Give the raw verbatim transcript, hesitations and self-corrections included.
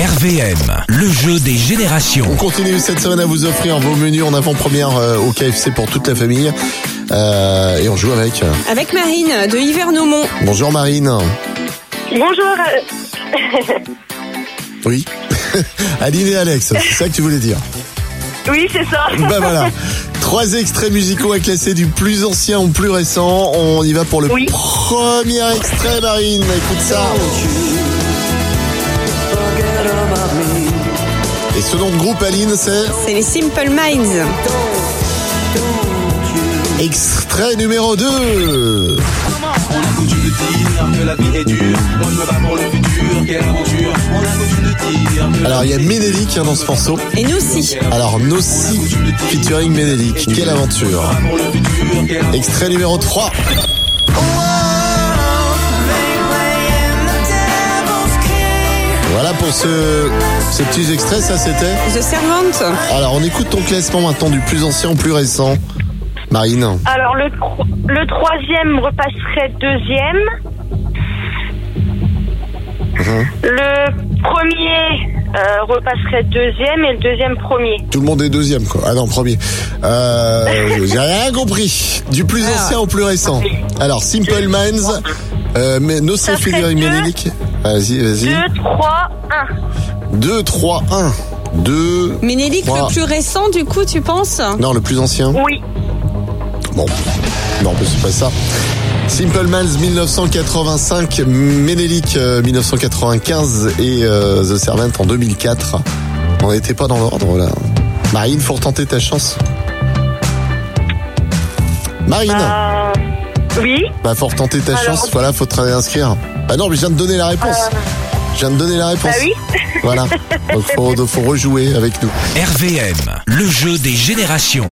R V M, le jeu des générations. On continue cette semaine à vous offrir vos menus en avant-première euh, au K F C pour toute la famille. Euh, et on joue avec... Avec Marine de Yvernomont. Bonjour Marine. Bonjour. Oui. Aline et Alex, c'est ça que tu voulais dire. Oui, c'est ça. Ben voilà. Trois extraits musicaux à classer du plus ancien au plus récent. On y va pour le Oui. premier extrait, Marine. Écoute ça. Et ce nom de groupe, Aline, c'est C'est les Simple Minds. extrait numéro deux. On a coutume de dire que la vie est dure. Moi je me bats pour le futur, quelle aventure. On a coutume de dire que Alors il y a Ménélique hein, dans ce morceau. Et nous aussi. Alors Nossi featuring Ménélique. Quelle aventure. pour le futur, quelle aventure. Extrait numéro trois. Voilà pour ce, ces petits extraits, ça c'était. The Servant. Alors on écoute ton classement maintenant du plus ancien au plus récent. Marine. Alors, le, tro- le troisième repasserait deuxième. Mhm. Le premier euh, repasserait deuxième et le deuxième premier. Tout le monde est deuxième quoi. Ah non, premier. Euh, j'ai rien compris. Du plus Alors. ancien au plus récent. Alors Simple Minds, euh, mais No Ça Safe ferait Featuring deux. Ménélique. Vas-y, vas-y. deux, trois, un. deux, trois, un. deux. Ménélique, Trois. le plus récent, du coup, tu penses? Non, le plus ancien. Oui. Bon, non, mais c'est pas ça. Simple Minds dix-neuf cent quatre-vingt-cinq, Ménélique euh, dix-neuf cent quatre-vingt-quinze et euh, The Servant en deux mille quatre. On n'était pas dans l'ordre là. Marine, faut retenter ta chance. Marine, Euh, oui. bah faut retenter ta alors- chance. Voilà, faut te réinscrire. Bah non, mais je viens de donner la réponse. Je viens de donner la réponse. Bah oui. Voilà. Donc faut, faut rejouer avec nous. R V M, le jeu des générations.